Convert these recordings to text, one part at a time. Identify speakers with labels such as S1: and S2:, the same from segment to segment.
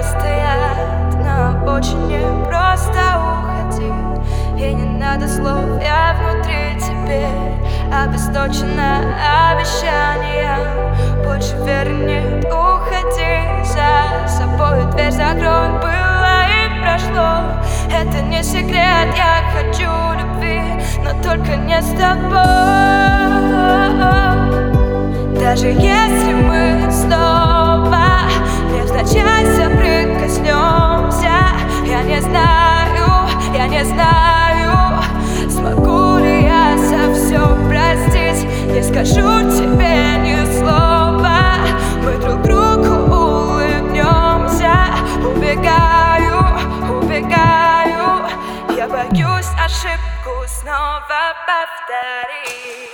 S1: стоят на обочине, просто уходи. И не надо слов, я внутри теперь обесточена обещанием. Больше веры нет, уходи, за собой дверь закрой. Было и прошло, это не секрет. Я хочу любви, но только не с тобой. Даже если мы снова невзначай соприкоснемся, я не знаю, смогу ли я за все простить. Не скажу тебе ни слова, мы друг другу улыбнемся. Убегаю, я боюсь ошибку снова повторить.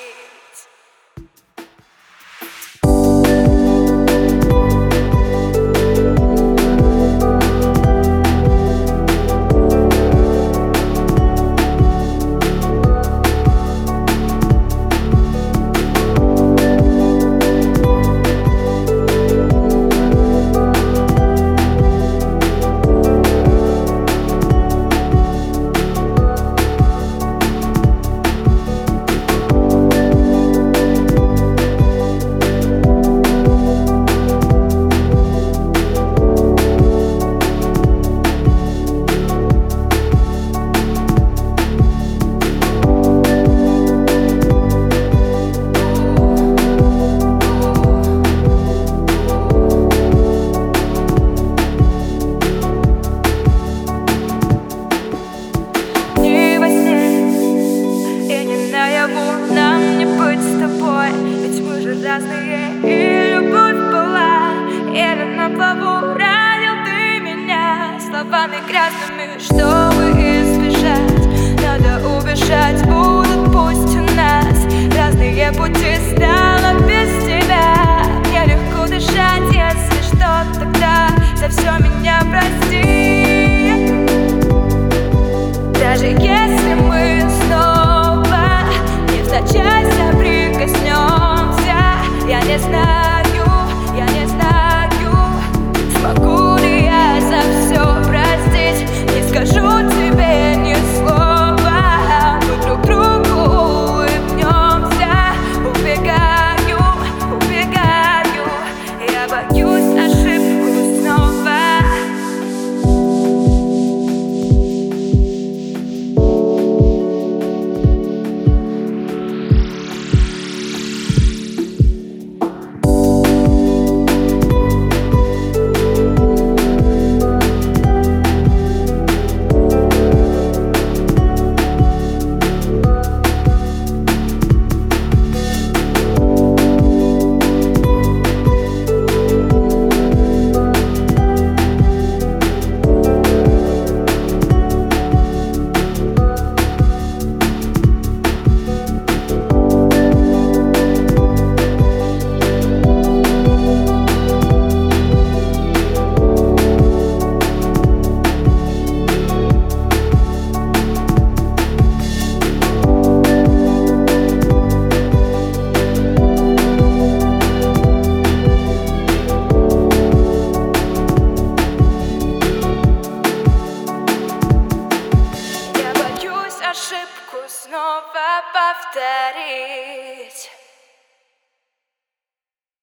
S1: Нам не быть с тобой, ведь мы же разные. И любовь была, еле на плаву. Ранил ты меня словами грязными, чтобы избежать. Надо убежать, будут пусть у нас разные пути. Стало без тебя мне легко дышать. Если что, тогда за все меня прости. Даже если мы снова невзначай соприкоснемся, я не знаю, смогу ли я за все простить. Не скажу тебе ни слова, мы друг другу улыбнемся. Убегаю, я боюсь ошибку снова. Ошибку снова повторить.